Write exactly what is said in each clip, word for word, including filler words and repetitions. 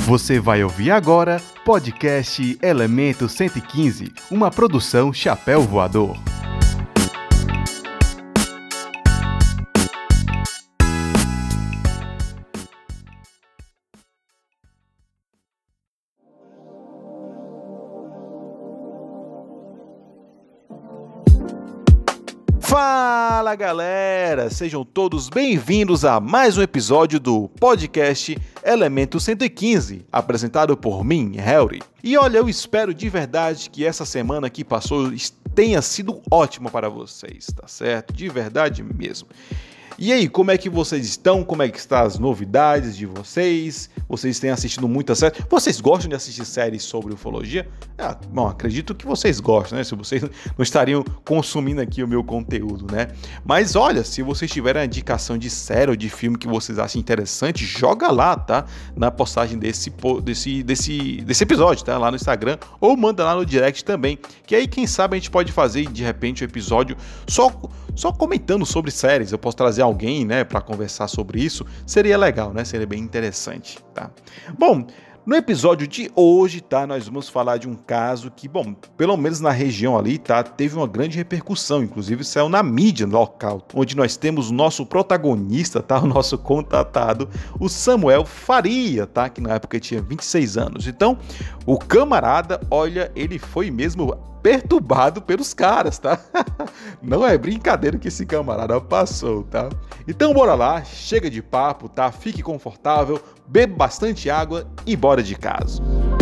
Você vai ouvir agora podcast Elemento cento e quinze, uma produção Chapéu Voador. Fala galera, sejam todos bem-vindos a mais um episódio do podcast Elemento cento e quinze, apresentado por mim, Harry. E olha, eu espero de verdade que essa semana que passou tenha sido ótima para vocês, tá certo? De verdade mesmo. E aí, como é que vocês estão? Como é que estão as novidades de vocês? Vocês têm assistido muita série? Vocês gostam de assistir séries sobre ufologia? Ah, bom, acredito que vocês gostam, né? Se vocês não estariam consumindo aqui o meu conteúdo, né? Mas olha, se vocês tiverem a indicação de série ou de filme que vocês acham interessante, joga lá, tá? Na postagem desse, desse, desse, desse episódio, tá? Lá no Instagram, ou manda lá no direct também, que aí quem sabe a gente pode fazer de repente um episódio só, só comentando sobre séries. Eu posso trazer alguém, né, para conversar sobre isso, seria legal, né? Seria bem interessante, tá? Bom, no episódio de hoje, tá, nós vamos falar de um caso que, bom, pelo menos na região ali, tá, teve uma grande repercussão, inclusive saiu na mídia local, onde nós temos o nosso protagonista, tá, o nosso contatado, o Samuel Faria, tá, que na época tinha vinte e seis anos. Então, o camarada, olha, ele foi mesmo perturbado pelos caras, tá? Não é brincadeira que esse camarada passou, tá? Então bora lá, chega de papo, tá? Fique confortável, beba bastante água e bora de casa.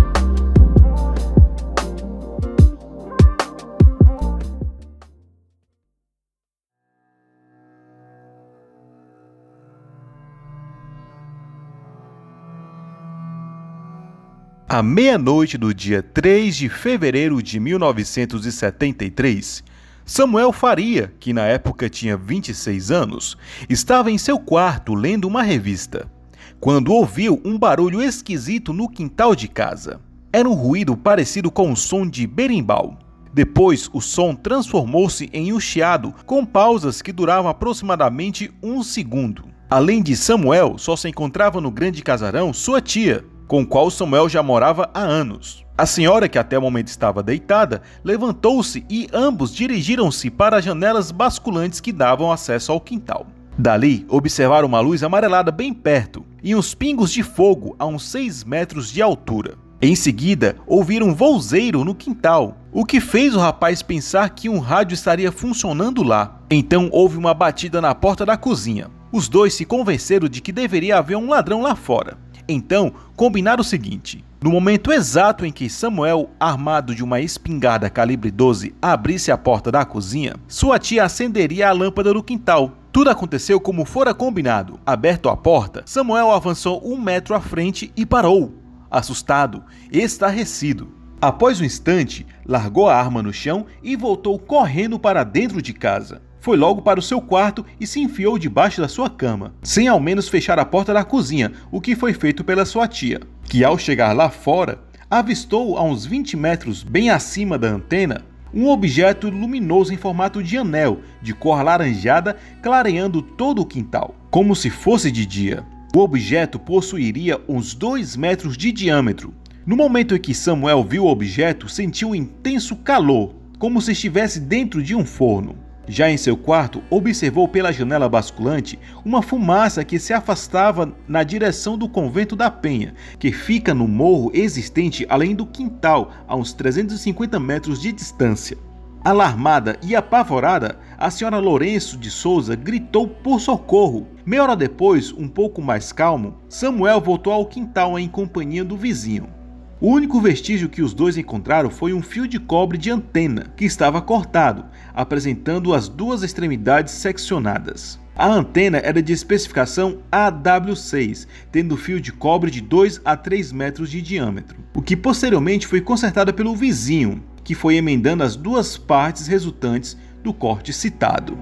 À meia-noite do dia três de fevereiro de mil novecentos e setenta e três, Samuel Faria, que na época tinha vinte e seis anos, estava em seu quarto lendo uma revista, quando ouviu um barulho esquisito no quintal de casa. Era um ruído parecido com um som de berimbau. Depois, o som transformou-se em um chiado com pausas que duravam aproximadamente um segundo. Além de Samuel, só se encontrava no grande casarão sua tia, com o qual Samuel já morava há anos. A senhora, que até o momento estava deitada, levantou-se e ambos dirigiram-se para as janelas basculantes que davam acesso ao quintal. Dali, observaram uma luz amarelada bem perto e uns pingos de fogo a uns seis metros de altura. Em seguida, ouviram um vouzeiro no quintal, o que fez o rapaz pensar que um rádio estaria funcionando lá. Então houve uma batida na porta da cozinha. Os dois se convenceram de que deveria haver um ladrão lá fora. Então, combinaram o seguinte: no momento exato em que Samuel, armado de uma espingarda calibre doze, abrisse a porta da cozinha, sua tia acenderia a lâmpada do quintal. Tudo aconteceu como fora combinado. Aberto a porta, Samuel avançou um metro à frente e parou, assustado, estarrecido. Após um instante, largou a arma no chão e voltou correndo para dentro de casa. Foi logo para o seu quarto e se enfiou debaixo da sua cama, sem ao menos fechar a porta da cozinha, o que foi feito pela sua tia, que ao chegar lá fora, avistou a uns vinte metros bem acima da antena, um objeto luminoso em formato de anel, de cor laranjada, clareando todo o quintal, como se fosse de dia. O objeto possuiria uns dois metros de diâmetro. No momento em que Samuel viu o objeto, sentiu um intenso calor, como se estivesse dentro de um forno. Já em seu quarto, observou pela janela basculante uma fumaça que se afastava na direção do convento da Penha, que fica no morro existente além do quintal, a uns trezentos e cinquenta metros de distância. Alarmada e apavorada, a senhora Lourenço de Souza gritou por socorro. Meia hora depois, um pouco mais calmo, Samuel voltou ao quintal em companhia do vizinho. O único vestígio que os dois encontraram foi um fio de cobre de antena, que estava cortado, apresentando as duas extremidades seccionadas. A antena era de especificação A W seis, tendo fio de cobre de dois a três metros de diâmetro, o que posteriormente foi consertada pelo vizinho, que foi emendando as duas partes resultantes do corte citado.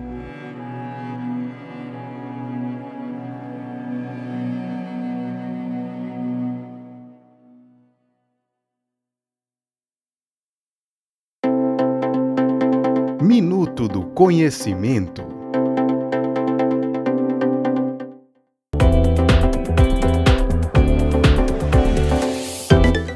Minuto do Conhecimento.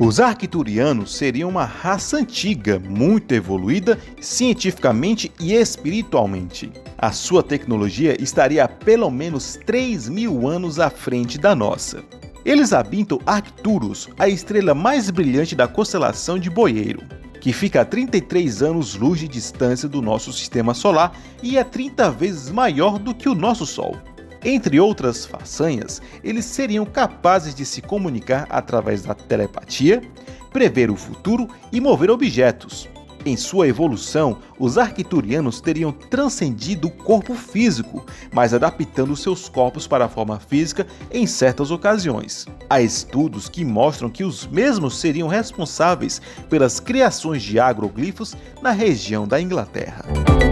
Os arcturianos seriam uma raça antiga, muito evoluída cientificamente e espiritualmente. A sua tecnologia estaria a pelo menos três mil anos à frente da nossa. Eles habitam Arcturus, a estrela mais brilhante da constelação de Boeiro, que fica a trinta e três anos-luz de distância do nosso sistema solar e é trinta vezes maior do que o nosso Sol. Entre outras façanhas, eles seriam capazes de se comunicar através da telepatia, prever o futuro e mover objetos. Em sua evolução, os arcturianos teriam transcendido o corpo físico, mas adaptando seus corpos para a forma física em certas ocasiões. Há estudos que mostram que os mesmos seriam responsáveis pelas criações de agroglifos na região da Inglaterra.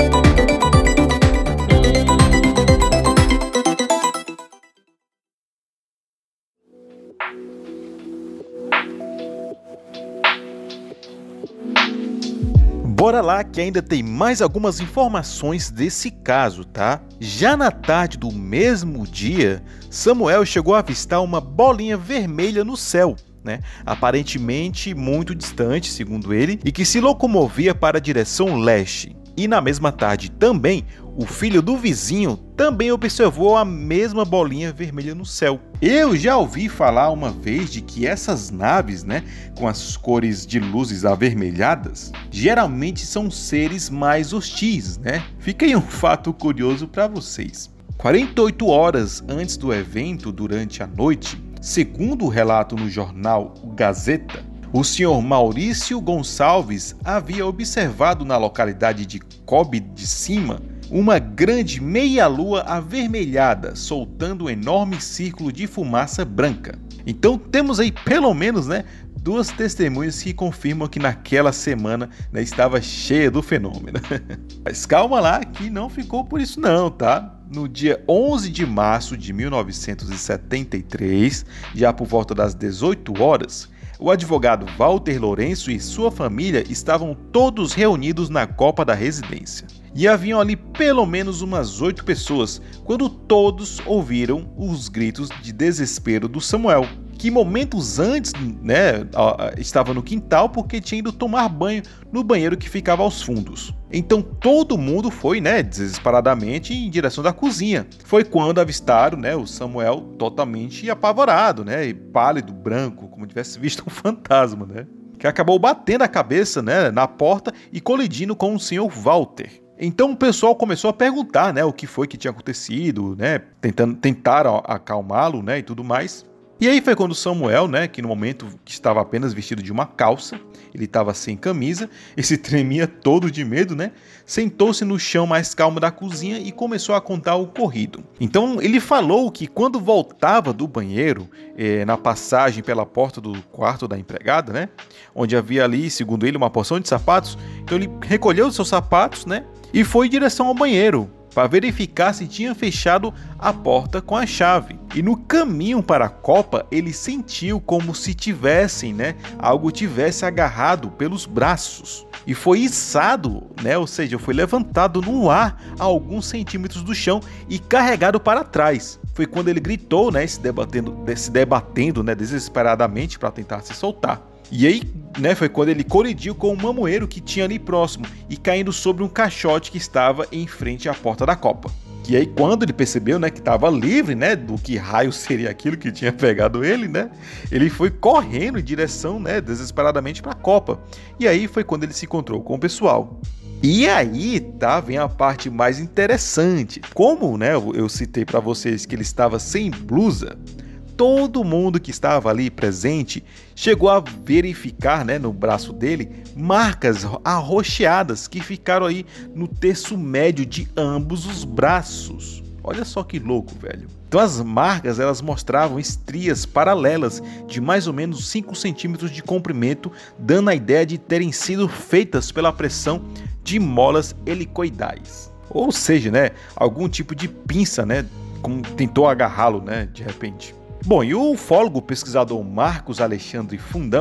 Bora lá que ainda tem mais algumas informações desse caso, tá? Já na tarde do mesmo dia, Samuel chegou a avistar uma bolinha vermelha no céu, né? Aparentemente muito distante, segundo ele, e que se locomovia para a direção leste. E na mesma tarde também, o filho do vizinho também observou a mesma bolinha vermelha no céu. Eu já ouvi falar uma vez de que essas naves, né, com as cores de luzes avermelhadas, geralmente são seres mais hostis, né? Fica aí um fato curioso para vocês. quarenta e oito horas antes do evento, durante a noite, segundo o relato no jornal O Gazeta, o senhor Maurício Gonçalves havia observado na localidade de Cobe de Cima uma grande meia-lua avermelhada, soltando um enorme círculo de fumaça branca. Então temos aí pelo menos, né, duas testemunhas que confirmam que naquela semana, né, estava cheia do fenômeno. Mas calma lá que não ficou por isso não, tá? No dia onze de março de mil novecentos e setenta e três, já por volta das dezoito horas, o advogado Walter Lourenço e sua família estavam todos reunidos na copa da residência. E haviam ali pelo menos umas oito pessoas, quando todos ouviram os gritos de desespero do Samuel, que momentos antes, né, estava no quintal porque tinha ido tomar banho no banheiro que ficava aos fundos. Então todo mundo foi, né, desesperadamente em direção da cozinha. Foi quando avistaram, né, o Samuel totalmente apavorado, né, e pálido, branco, como tivesse visto um fantasma, né, que acabou batendo a cabeça, né, na porta e colidindo com o senhor Walter. Então o pessoal começou a perguntar, né, o que foi que tinha acontecido, né, tentando, tentaram acalmá-lo, né, e tudo mais. E aí foi quando Samuel, né, que no momento estava apenas vestido de uma calça, ele estava sem camisa, e se tremia todo de medo, né, sentou-se no chão mais calmo da cozinha e começou a contar o ocorrido. Então ele falou que quando voltava do banheiro, eh, na passagem pela porta do quarto da empregada, né, onde havia ali, segundo ele, uma porção de sapatos, então ele recolheu os seus sapatos, né, e foi em direção ao banheiro, para verificar se tinha fechado a porta com a chave. E no caminho para a copa, ele sentiu como se tivessem, né, algo tivesse agarrado pelos braços. E foi içado, né, ou seja, foi levantado no ar a alguns centímetros do chão e carregado para trás. Foi quando ele gritou, né, se debatendo, se debatendo, né, desesperadamente para tentar se soltar. E aí, né, foi quando ele colidiu com um mamoeiro que tinha ali próximo e caindo sobre um caixote que estava em frente à porta da copa. E aí, quando ele percebeu, né, que estava livre, né, do que raio seria aquilo que tinha pegado ele, né, ele foi correndo em direção, né, desesperadamente para a copa. E aí foi quando ele se encontrou com o pessoal. E aí, tá, vem a parte mais interessante. Como, né, eu citei para vocês que ele estava sem blusa, todo mundo que estava ali presente chegou a verificar, né, no braço dele marcas arroxeadas que ficaram aí no terço médio de ambos os braços. Olha só que louco, velho. Então as marcas, elas mostravam estrias paralelas de mais ou menos cinco centímetros de comprimento, dando a ideia de terem sido feitas pela pressão de molas helicoidais. Ou seja, né, algum tipo de pinça, né, como tentou agarrá-lo, né, de repente. Bom, e o ufólogo pesquisador Marcos Alexandre Fundão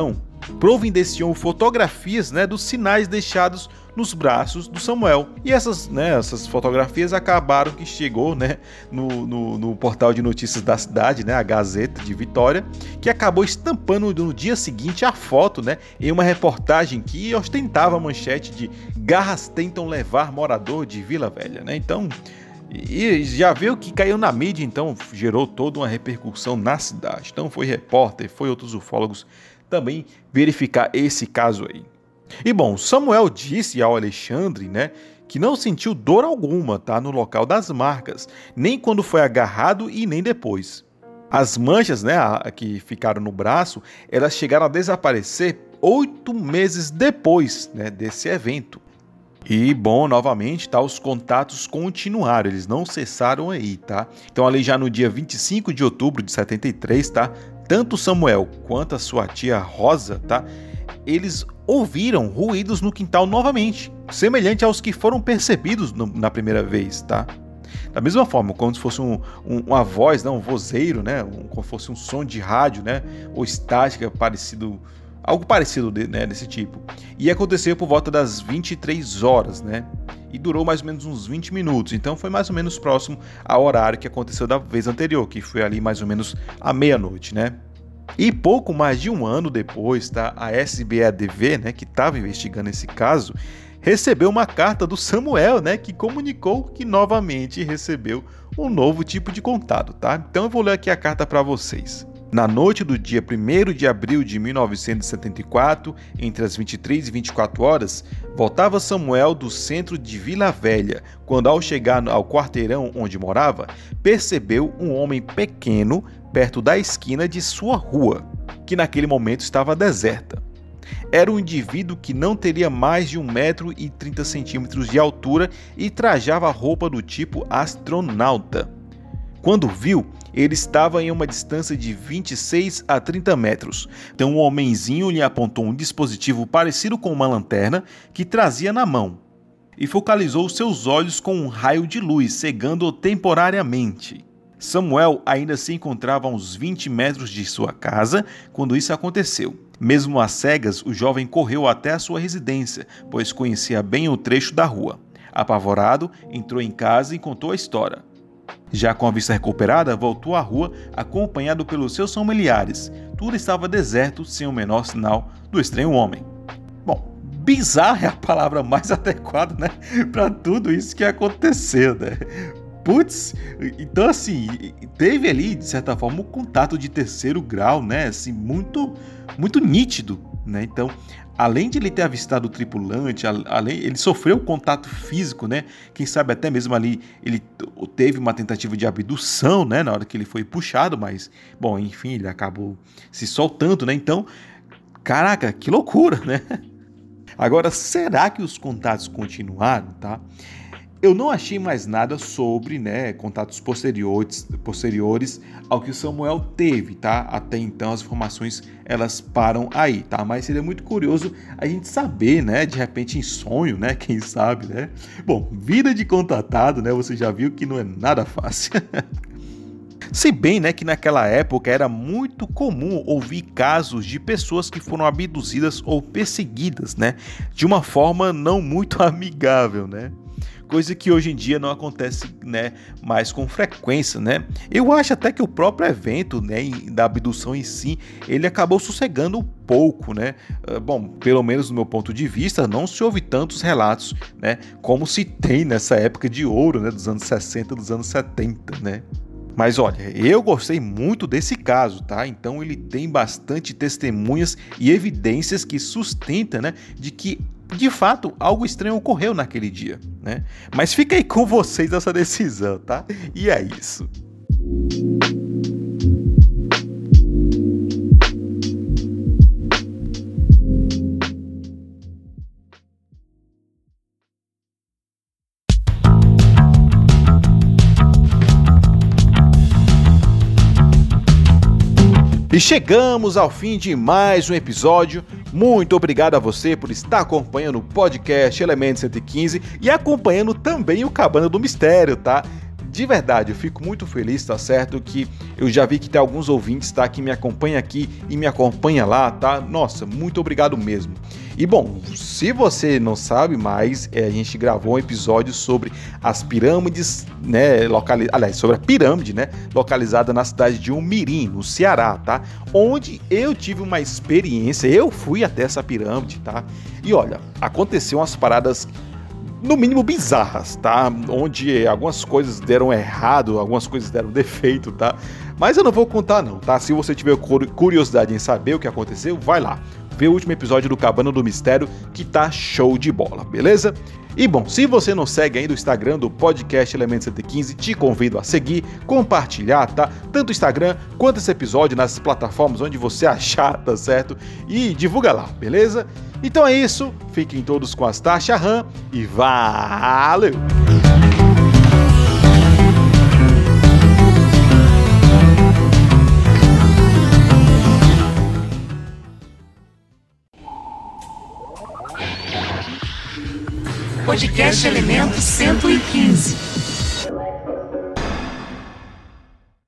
providenciou fotografias, né, dos sinais deixados nos braços do Samuel. E essas, né, essas fotografias acabaram que chegou, né, no, no, no portal de notícias da cidade, né, a Gazeta de Vitória, que acabou estampando no dia seguinte a foto, né, em uma reportagem que ostentava a manchete de "Garras tentam levar morador de Vila Velha", né? Então, e já viu que caiu na mídia, então gerou toda uma repercussão na cidade. Então foi repórter, foi outros ufólogos também verificar esse caso aí. E bom, Samuel disse ao Alexandre, né, que não sentiu dor alguma, tá, no local das marcas, nem quando foi agarrado e nem depois. As manchas, né, que ficaram no braço, elas chegaram a desaparecer oito meses depois, né, desse evento. E, bom, novamente, tá, os contatos continuaram, eles não cessaram aí, tá? Então, ali já no dia vinte e cinco de outubro de setenta e três, tá? Tanto Samuel quanto a sua tia Rosa, tá? Eles ouviram ruídos no quintal novamente, semelhante aos que foram percebidos no, na primeira vez, tá? Da mesma forma, como se fosse um, um, uma voz, né, um vozeiro, né, um, como se fosse um som de rádio, né, ou estática, parecido, algo parecido de, né, desse tipo. E aconteceu por volta das vinte e três horas, né, e durou mais ou menos uns vinte minutos, então foi mais ou menos próximo ao horário que aconteceu da vez anterior, que foi ali mais ou menos à meia-noite, né. E pouco mais de um ano depois, tá, a S B A D V, né, que estava investigando esse caso, recebeu uma carta do Samuel, né, que comunicou que novamente recebeu um novo tipo de contato, tá? Então eu vou ler aqui a carta para vocês. Na noite do dia primeiro de abril de mil novecentos e setenta e quatro, entre as vinte e três e vinte e quatro horas, voltava Samuel do centro de Vila Velha, quando ao chegar ao quarteirão onde morava, percebeu um homem pequeno perto da esquina de sua rua, que naquele momento estava deserta. Era um indivíduo que não teria mais de um metro e trinta centímetros de altura e trajava roupa do tipo astronauta. Quando viu, ele estava em uma distância de vinte e seis a trinta metros. Então o homenzinho lhe apontou um dispositivo parecido com uma lanterna que trazia na mão e focalizou seus olhos com um raio de luz, cegando-o temporariamente. Samuel ainda se encontrava a uns vinte metros de sua casa quando isso aconteceu. Mesmo às cegas, o jovem correu até a sua residência, pois conhecia bem o trecho da rua. Apavorado, entrou em casa e contou a história. Já com a vista recuperada, voltou à rua acompanhado pelos seus familiares. Tudo estava deserto, sem o menor sinal do estranho homem. Bom, bizarro é a palavra mais adequada, né, para tudo isso que aconteceu, né? Putz, então assim, teve ali, de certa forma, um contato de terceiro grau, né, assim, muito, muito nítido, né, então, além de ele ter avistado o tripulante, além, ele sofreu contato físico, né, quem sabe até mesmo ali, ele teve uma tentativa de abdução, né, na hora que ele foi puxado, mas, bom, enfim, ele acabou se soltando, né, então, caraca, que loucura, né. Agora, será que os contatos continuaram, tá? Eu não achei mais nada sobre, né, contatos posteriores, posteriores ao que o Samuel teve, tá? Até então as informações elas param aí, tá? Mas seria muito curioso a gente saber, né, de repente em sonho, né, quem sabe, né? Bom, vida de contatado, né, você já viu que não é nada fácil. Se bem, né, que naquela época era muito comum ouvir casos de pessoas que foram abduzidas ou perseguidas, né, de uma forma não muito amigável, né? Coisa que hoje em dia não acontece, né, mais com frequência, né? Eu acho até que o próprio evento, né, da abdução em si, ele acabou sossegando um pouco, né? Bom, pelo menos do meu ponto de vista, não se ouve tantos relatos, né, como se tem nessa época de ouro, né, dos anos sessenta, dos anos setenta, né? Mas olha, eu gostei muito desse caso, tá? Então ele tem bastante testemunhas e evidências que sustentam, né, de que de fato algo estranho ocorreu naquele dia, né? Mas fica aí com vocês essa decisão, tá? E é isso. E chegamos ao fim de mais um episódio. Muito obrigado a você por estar acompanhando o podcast Elemento cento e quinze e acompanhando também o Cabana do Mistério, tá? de verdade, eu fico muito feliz, tá certo? Que eu já vi que tem alguns ouvintes, tá? Que me acompanha aqui e me acompanha lá, tá? Nossa, muito obrigado mesmo. E bom, se você não sabe mais, é, a gente gravou um episódio sobre as pirâmides, né? Locali... Aliás, sobre a pirâmide, né? Localizada na cidade de Umirim, no Ceará, tá? Onde eu tive uma experiência, eu fui até essa pirâmide, tá? E olha, aconteceu umas paradas no mínimo bizarras, tá? Onde algumas coisas deram errado, algumas coisas deram defeito, tá? Mas eu não vou contar não, tá? Se você tiver curiosidade em saber o que aconteceu, vai lá. Vê o último episódio do Cabana do Mistério, que tá show de bola, beleza? E bom, se você não segue ainda o Instagram do Podcast Elemento cento e quinze, te convido a seguir, compartilhar, tá? Tanto o Instagram quanto esse episódio nas plataformas onde você achar, tá certo? E divulga lá, beleza? Então é isso, fiquem todos com as taxas RAM e valeu! Podcast Elemento cento e quinze.